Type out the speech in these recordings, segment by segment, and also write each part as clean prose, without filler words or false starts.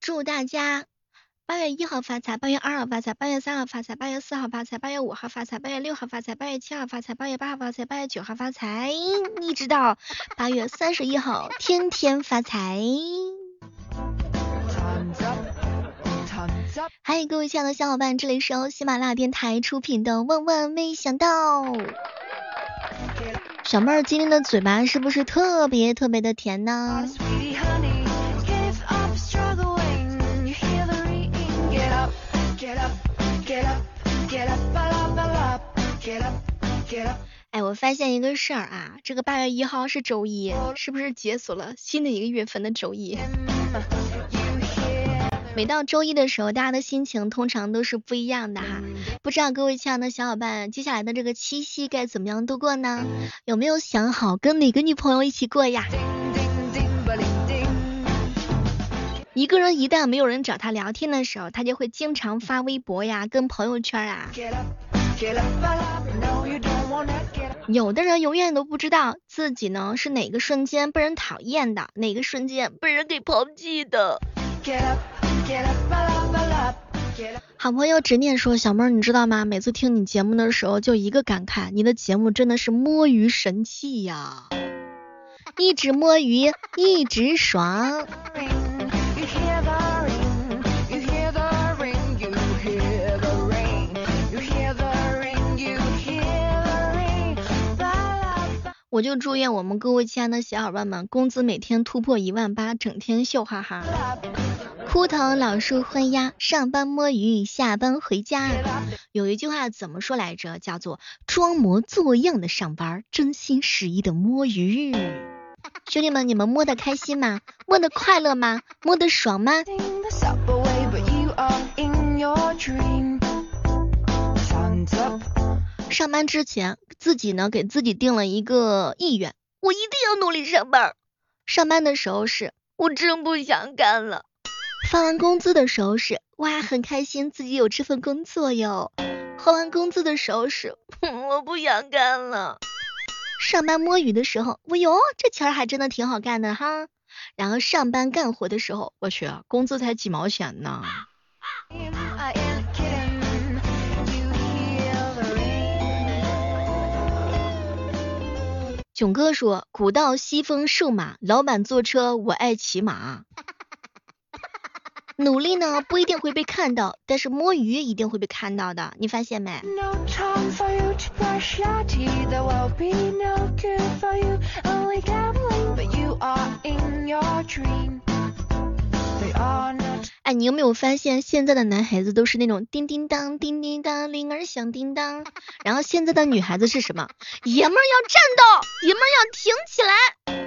祝大家8月1号发财，8月2号发财，8月3号发财，8月4号发财，8月5号发财，8月6号发财，8月7号发财，8月8号发财，8月9号发财，一直到8月31号天天发财。嗨，各位亲爱的小伙伴，这里是由喜马拉雅电台出品的万万没想到。小妹儿今天的嘴巴是不是特别的甜呢？哎，我发现一个事儿啊，这个8月1号是周一，是不是解锁了新的一个月份的周一？每到周一的时候，大家的心情通常都是不一样的哈。不知道各位亲爱的小伙伴，接下来的这个七夕该怎么样度过呢？有没有想好跟哪个女朋友一起过呀？一个人一旦没有人找他聊天的时候，他就会经常发微博呀，跟朋友圈啊。有的人永远都不知道自己呢是哪个瞬间被人讨厌的，哪个瞬间被人给抛弃的。好朋友执念说，小妹儿你知道吗？每次听你节目的时候就一个感慨，你的节目真的是摸鱼神器呀，一直摸鱼一直爽。我就祝愿我们各位亲爱的小伙伴们工资每天突破18000，整天笑哈哈。枯藤老树昏鸦，上班摸鱼，下班回家。有一句话怎么说来着？叫做装模作样的上班，真心实意的摸鱼。兄弟们，你们摸得开心吗？摸得快乐吗？摸得爽吗？上班之前自己呢给自己定了一个意愿，我一定要努力上班。上班的时候是我真不想干了，发完工资的时候是哇很开心自己有这份工作哟，发完工资的时候是我不想干了。上班摸鱼的时候，我哟这钱还真的挺好干的哈。然后上班干活的时候，我去工资才几毛钱呢。囧哥说，古道西风瘦马，老板坐车我爱骑马。努力呢不一定会被看到，但是摸鱼一定会被看到的，你发现没？哎，你有没有发现现在的男孩子都是那种叮叮当叮叮当铃儿响叮当，然后现在的女孩子是什么？爷们儿要战斗，爷们儿要挺起来。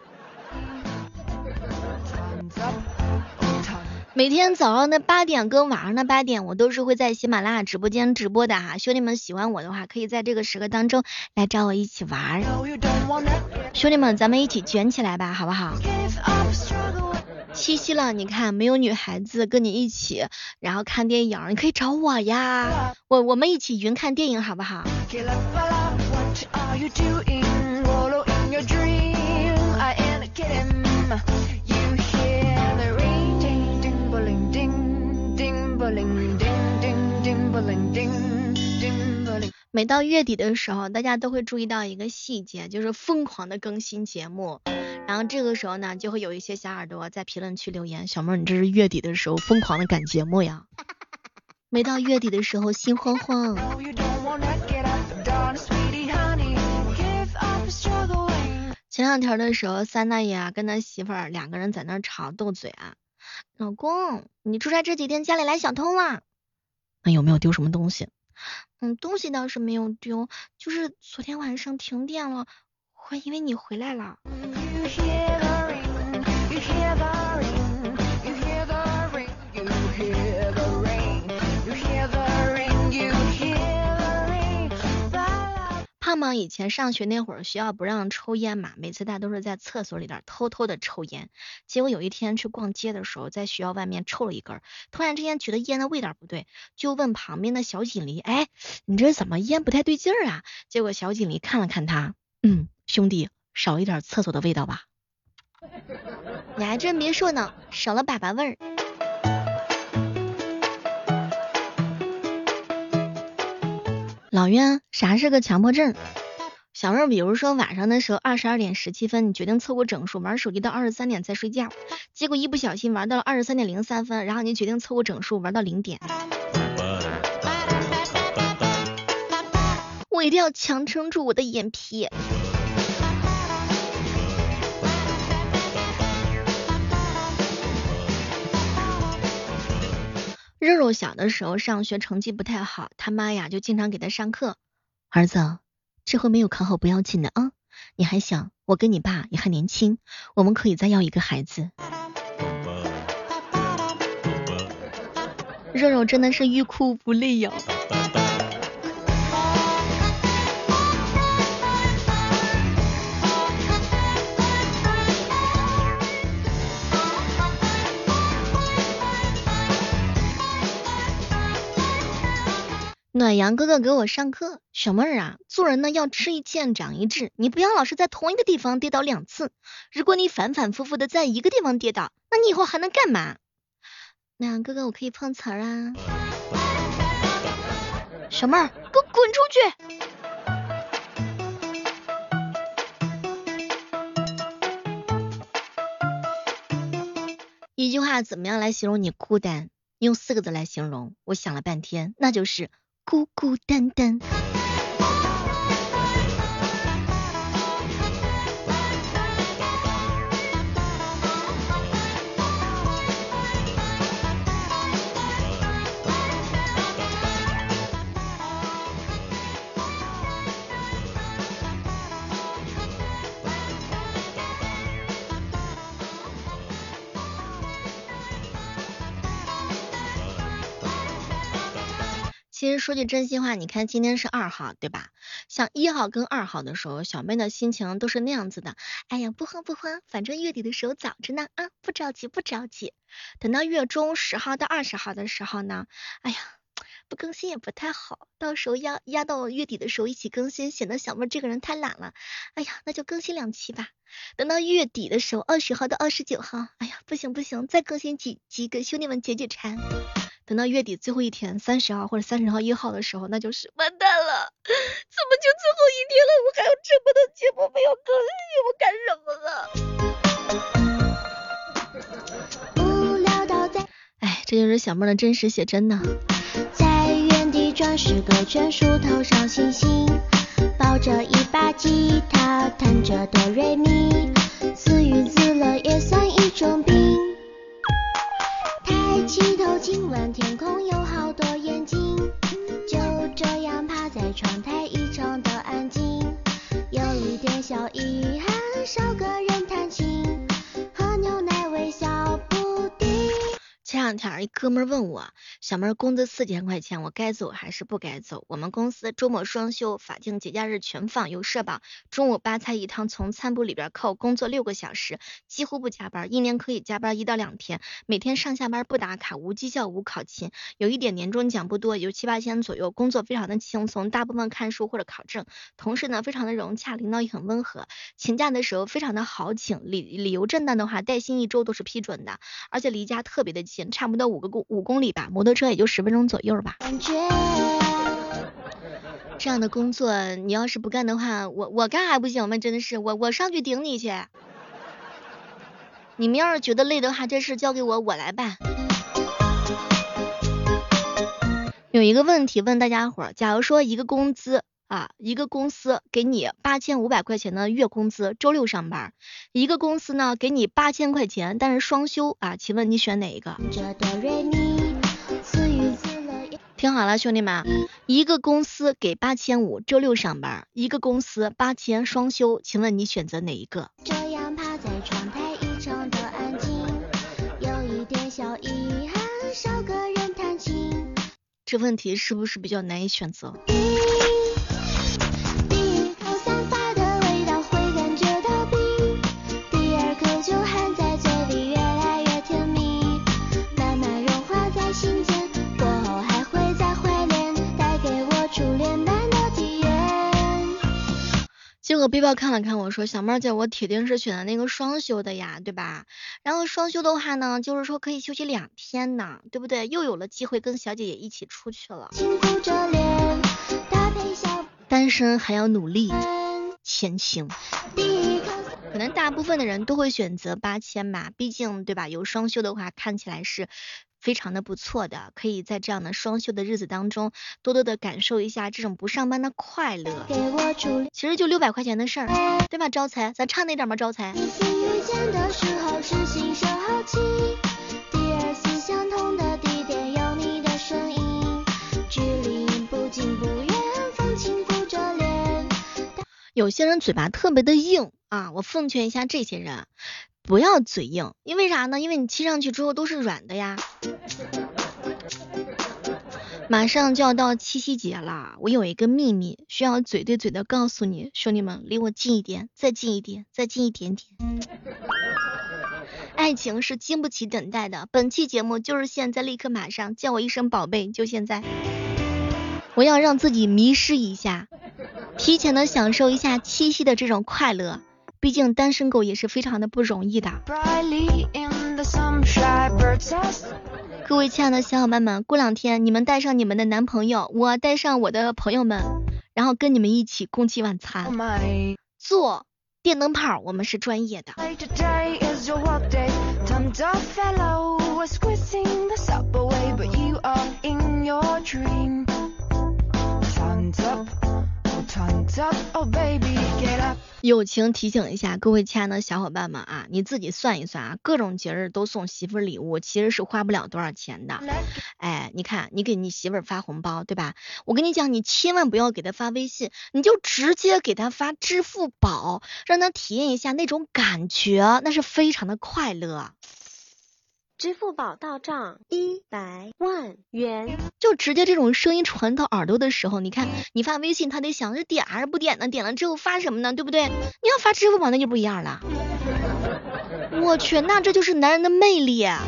每天早上的8点跟晚上的8点，我都是会在喜马拉雅直播间直播的哈。兄弟们喜欢我的话，可以在这个时刻当中来找我一起玩。兄弟们，咱们一起卷起来吧，好不好？七夕了，你看没有女孩子跟你一起，然后看电影，你可以找我呀，我们一起云看电影好不好？每到月底的时候，大家都会注意到一个细节，就是疯狂的更新节目。然后这个时候呢，就会有一些小耳朵在评论区留言，小妹儿你这是月底的时候疯狂的赶节目呀。每到月底的时候心慌慌。前两天的时候，三大爷啊跟他媳妇儿两个人在那吵斗嘴啊，老公你出差这几天家里来小偷了，那有没有丢什么东西？东西倒是没有丢，就是昨天晚上停电了，我以为你回来了。胖胖以前上学那会儿，学校不让抽烟嘛，每次他都是在厕所里边偷偷的抽烟。结果有一天去逛街的时候，在学校外面抽了一根，突然之间觉得烟的味道不对，就问旁边的小锦鲤，哎，你这怎么烟不太对劲儿啊？结果小锦鲤看了看他，兄弟，少一点厕所的味道吧。你还真别说呢，少了粑粑味儿。 老冤，啥是个强迫症？小妹儿，比如说晚上的时候22:17，你决定凑个整数玩手机到23点再睡觉，结果一不小心玩到了23:03，然后你决定凑个整数玩到0点。我一定要强撑住我的眼皮。肉肉小的时候上学成绩不太好，他妈呀就经常给他上课。儿子，这回没有考好不要紧的啊，你还小，我跟你爸也还年轻，我们可以再要一个孩子。肉肉真的是欲哭无泪哟。暖阳哥哥给我上课，小妹儿啊，做人呢要吃一堑长一智，你不要老是在同一个地方跌倒2次。如果你反反复复的在一个地方跌倒，那你以后还能干嘛？暖阳哥哥，我可以碰瓷儿啊。小妹儿，给我滚出去！一句话怎么样来形容你孤单？用4个字来形容，我想了半天，那就是孤孤单单。其实说句真心话，你看今天是2号，对吧？像1号跟2号的时候，小妹的心情都是那样子的。哎呀，不慌不慌，反正月底的时候早着呢啊，不着急不着急。等到月中10号到20号的时候呢，哎呀，不更新也不太好，到时候压到月底的时候一起更新，显得小妹这个人太懒了。哎呀，那就更新2期吧。等到月底的时候，20号到29号，哎呀，不行，再更新几集给兄弟们解解馋。等到月底最后一天30号或者30号1号的时候，那就是完蛋了，怎么就最后一天了，我还有这么多节目没有更新，我干什么了？无聊到在，哎，这就是小妹的真实写真呢。在原地转10个圈，数头上星星，抱着一把吉他，弹着哆瑞咪，自娱自乐也算一种病。抬起头，亲吻天空，有好多眼睛，就这样趴在窗台，异常的安静，有一点小遗憾，少个人弹琴，喝牛奶微笑不定。前2天一哥们问我，小妹工资4000块钱，我该走还是不该走？我们公司周末双休，法定节假日全放，有社保，中午8菜1汤从餐补里边扣，工作6个小时，几乎不加班，1年可以加班1到2天，每天上下班不打卡，无绩效无考勤，有一点年终奖不多，有7、8千左右，工作非常的轻松，大部分看书或者考证，同事呢非常的融洽，领导也很温和，请假的时候非常的好请，理由正当的话，带薪1周都是批准的，而且离家特别的近，差不多5公里吧，摩托车也就10分钟左右吧。这样的工作你要是不干的话，我干还不行吗？真的是我上去顶你去。你们要是觉得累的话，这事交给我来办。有一个问题问大家伙，假如说一个公司给你8500块钱的月工资，周6上班，一个公司呢给你8000块钱，但是双休啊，请问你选哪一个？听好了兄弟们，一个公司给8500，周6上班，一个公司8000双休，请问你选择哪一个？这样趴在窗台异常的安静，有一点小遗憾，少个人弹琴。这问题是不是比较难以选择？结果背包看了看我说，小妹姐，我铁定是选的那个双休的呀，对吧？然后双休的话呢，就是说可以休息2天呢，对不对？又有了机会跟小姐姐一起出去了。轻苦着脸搭配单身还要努力前行。可能大部分的人都会选择8000吧，毕竟对吧，有双休的话看起来是非常的不错的，可以在这样的双休的日子当中多多的感受一下这种不上班的快乐。其实就600块钱的事儿，对吧？招财，咱差那点吗？招财。有些人嘴巴特别的硬啊，我奉劝一下这些人，不要嘴硬，因为啥呢？因为你贴上去之后都是软的呀。马上就要到七夕节了，我有一个秘密需要嘴对嘴的告诉你，兄弟们，离我近一点，再近一点，再近一点点。爱情是经不起等待的，本期节目就是现在，立刻马上叫我一声宝贝，就现在。我要让自己迷失一下，提前的享受一下七夕的这种快乐，毕竟单身狗也是非常的不容易的。各位亲爱的小伙伴们，过2天你们带上你们的男朋友，我带上我的朋友们，然后跟你们一起共进晚餐。做电灯泡我们是专业的。友情提醒一下各位亲爱的小伙伴们啊，你自己算一算啊，各种节日都送媳妇礼物，其实是花不了多少钱的。哎，你看你给你媳妇发红包对吧？我跟你讲，你千万不要给她发微信，你就直接给她发支付宝，让她体验一下那种感觉，那是非常的快乐。 支付宝到账100万元， 就直接这种声音传到耳朵的时候，你看你发微信他得想是点还是不点呢，点了之后发什么呢，对不对？你要发支付宝那就不一样了。我去，那这就是男人的魅力啊。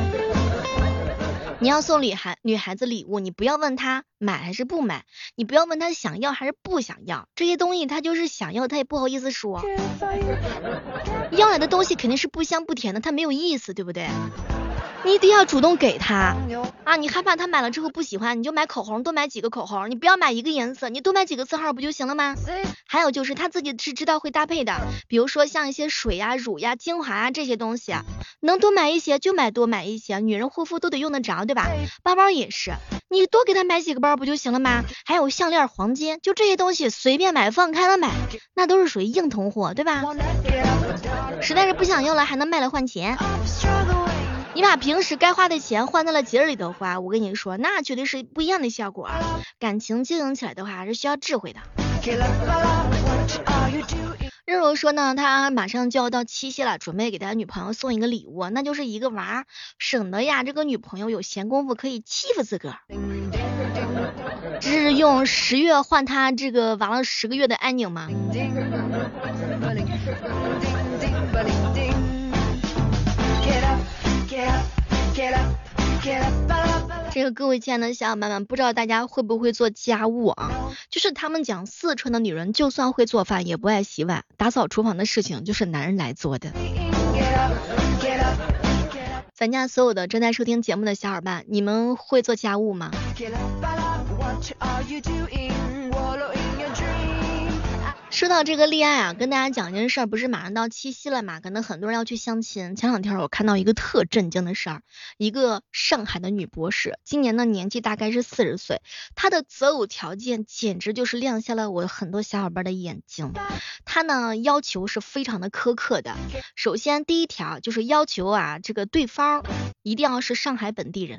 你要送女孩子礼物，你不要问她买还是不买，你不要问她想要还是不想要，这些东西她就是想要，她也不好意思说。要来的东西肯定是不香不甜的，她没有意思，对不对？你得要主动给他啊！你害怕他买了之后不喜欢，你就买口红，多买几个口红，你不要买一个颜色，你多买几个字号不就行了吗？还有就是他自己是知道会搭配的，比如说像一些水呀、乳呀、精华啊这些东西，能多买一些就多买一些，女人护肤都得用得着，对吧？包包也是，你多给他买几个包不就行了吗？还有项链、黄金，就这些东西随便买，放开了买，那都是属于硬通货，对吧？实在是不想要了，还能卖了换钱。你把平时该花的钱换在了节日里头花，我跟你说，那绝对是不一样的效果。感情经营起来的话，还是需要智慧的。肉肉说呢，他马上就要到七夕了，准备给他女朋友送一个礼物，那就是一个娃，省得呀这个女朋友有闲工夫可以欺负自个儿。这是用10月换他这个玩了10个月的安宁吗？这个各位亲爱的小伙伴们，不知道大家会不会做家务啊？就是他们讲四川的女人就算会做饭也不爱洗碗，打扫厨房的事情就是男人来做的。咱家所有的正在收听节目的小伙伴，你们会做家务吗？说到这个恋爱啊，跟大家讲一件事儿，不是马上到七夕了嘛，可能很多人要去相亲。前2天我看到一个特震惊的事儿，一个上海的女博士，今年的年纪大概是40岁，她的择偶条件简直就是亮瞎了我很多小伙伴的眼睛。她呢要求是非常的苛刻的，首先第一条就是要求啊，这个对方一定要是上海本地人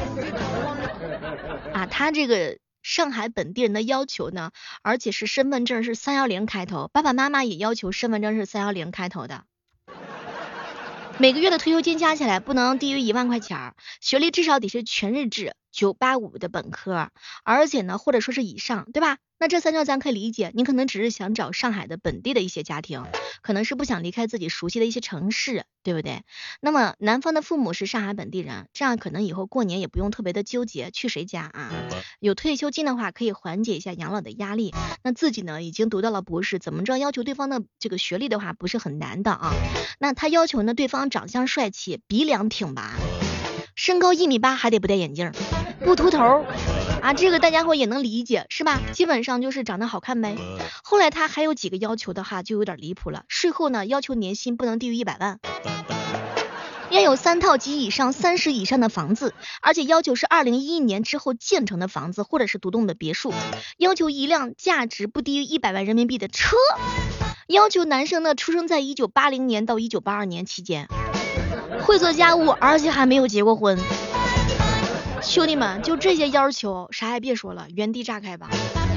啊，她这个上海本地人的要求呢，而且是身份证是310开头，爸爸妈妈也要求身份证是310开头的，每个月的退休金加起来不能低于1万块钱，学历至少得是全日制985的本科，而且呢或者说是以上，对吧？那这3条咱可以理解，你可能只是想找上海的本地的一些家庭，可能是不想离开自己熟悉的一些城市，对不对？那么男方的父母是上海本地人，这样可能以后过年也不用特别的纠结去谁家啊。有退休金的话可以缓解一下养老的压力，那自己呢已经读到了博士，怎么着要求对方的这个学历的话不是很难的啊。那他要求呢对方长相帅气，鼻梁挺拔，身高1.8米还得不戴眼镜，不秃头。 啊，这个大家伙也能理解是吧？基本上就是长得好看呗。后来他还有几个要求的话就有点离谱了，税后呢要求年薪不能低于100万，要有3套及以上30以上的房子，而且要求是2011年之后建成的房子或者是独栋的别墅，要求一辆价值不低于100万人民币的车，要求男生呢出生在1980年到1982年期间，会做家务，而且还没有结过婚。兄弟们，就这些要求，啥也别说了，原地炸开吧。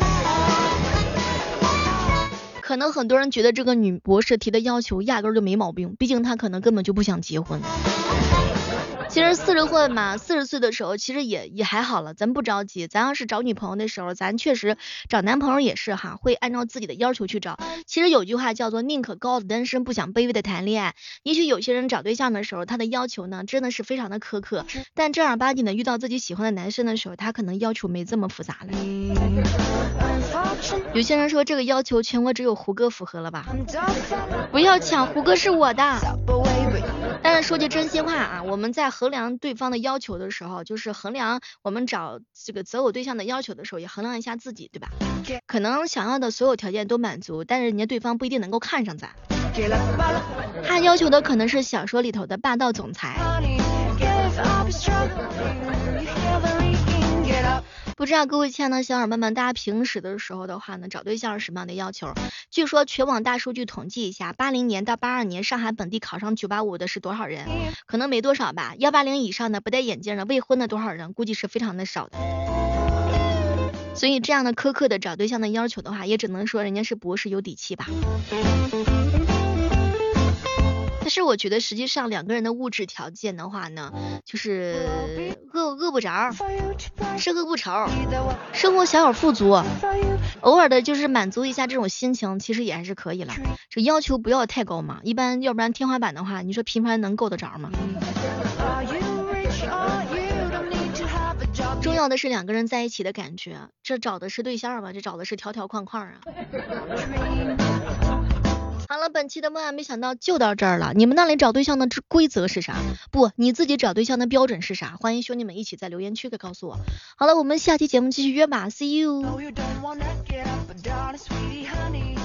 可能很多人觉得这个女博士提的要求压根儿就没毛病，毕竟她可能根本就不想结婚。其实40岁嘛，40岁的时候其实也还好了，咱不着急。咱要是找女朋友的时候，咱确实找男朋友也是哈，会按照自己的要求去找。其实有句话叫做宁可高傲的单身，不想卑微的谈恋爱。也许有些人找对象的时候，他的要求呢真的是非常的苛刻，但正儿八经的遇到自己喜欢的男生的时候，他可能要求没这么复杂了。有些人说这个要求全国只有胡歌符合了吧？不要抢，胡歌是我的。但是说句真心话啊，我们在衡量对方的要求的时候，就是衡量我们找这个择偶对象的要求的时候，也衡量一下自己，对吧？可能想要的所有条件都满足，但是人家对方不一定能够看上咱。他要求的可能是小说里头的霸道总裁。不知道各位亲爱的小伙伴们，大家平时的时候的话呢，找对象是什么样的要求？据说全网大数据统计一下，80年到82年上海本地考上985的是多少人？可能没多少吧。180以上的不戴眼镜的未婚的多少人？估计是非常的少的。所以这样的苛刻的找对象的要求的话，也只能说人家是博士有底气吧。但是我觉得实际上两个人的物质条件的话呢，就是饿不着，吃喝不愁，生活小有富足，偶尔的就是满足一下这种心情，其实也还是可以了。这要求不要太高嘛，一般要不然天花板的话，你说频繁能够得着吗？重要的是两个人在一起的感觉，这找的是对象吧，这找的是条条框框啊。好了，本期的万万没想到就到这儿了。你们那里找对象的规则是啥？不，你自己找对象的标准是啥？欢迎兄弟们一起在留言区给告诉我。好了，我们下期节目继续约吧 ，See you。